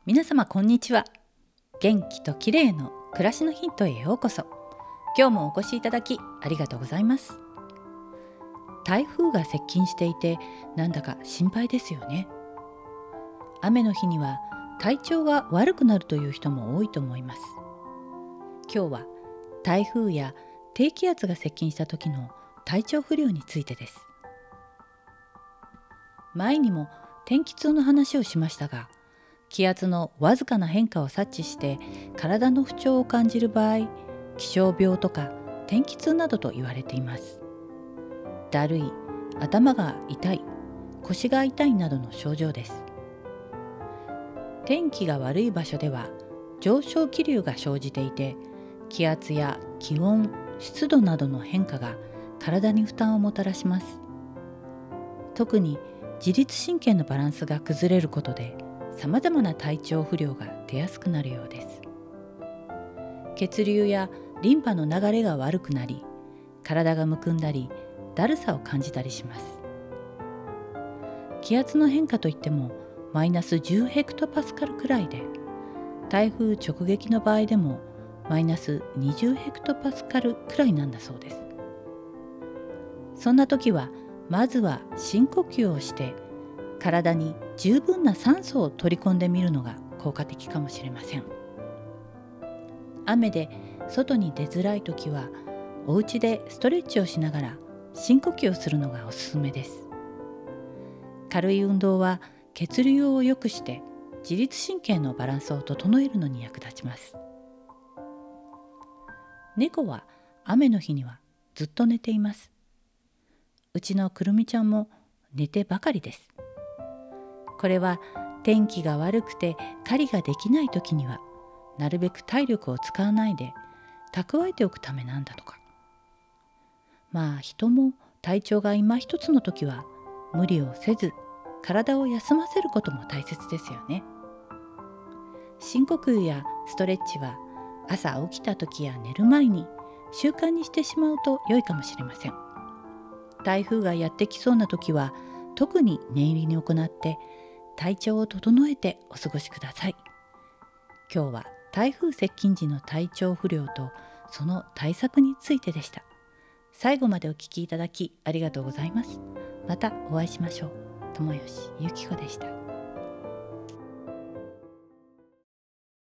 皆様こんにちは。元気と綺麗の暮らしのヒントへようこそ。今日もお越しいただきありがとうございます。台風が接近していてなんだか心配ですよね。雨の日には体調が悪くなるという人も多いと思います。今日は台風や低気圧が接近した時の体調不良についてです。前にも天気痛の話をしましたが、気圧のわずかな変化を察知して体の不調を感じる場合、気象病とか天気痛などと言われています。だるい、頭が痛い、腰が痛いなどの症状です。天気が悪い場所では上昇気流が生じていて、気圧や気温、湿度などの変化が体に負担をもたらします。特に自律神経のバランスが崩れることでさまざまな体調不良が出やすくなるようです。血流やリンパの流れが悪くなり、体がむくんだりだるさを感じたりします。気圧の変化といってもマイナス10ヘクトパスカルくらいで、台風直撃の場合でもマイナス20ヘクトパスカルくらいなんだそうです。そんな時はまずは深呼吸をして体に十分な酸素を取り込んでみるのが効果的かもしれません。雨で外に出づらい時はお家でストレッチをしながら深呼吸をするのがおすすめです。軽い運動は血流を良くして自律神経のバランスを整えるのに役立ちます。猫は雨の日にはずっと寝ています。うちのくるみちゃんも寝てばかりです。これは天気が悪くて狩りができない時にはなるべく体力を使わないで蓄えておくためなんだとか。まあ人も体調が今一つの時は無理をせず体を休ませることも大切ですよね。深呼吸やストレッチは朝起きた時や寝る前に習慣にしてしまうと良いかもしれません。台風がやってきそうな時は特に念入りに行って体調を整えてお過ごしください。今日は台風接近時の体調不良とその対策についてでした。最後までお聞きいただきありがとうございます。またお会いしましょう。友吉ゆき子でした。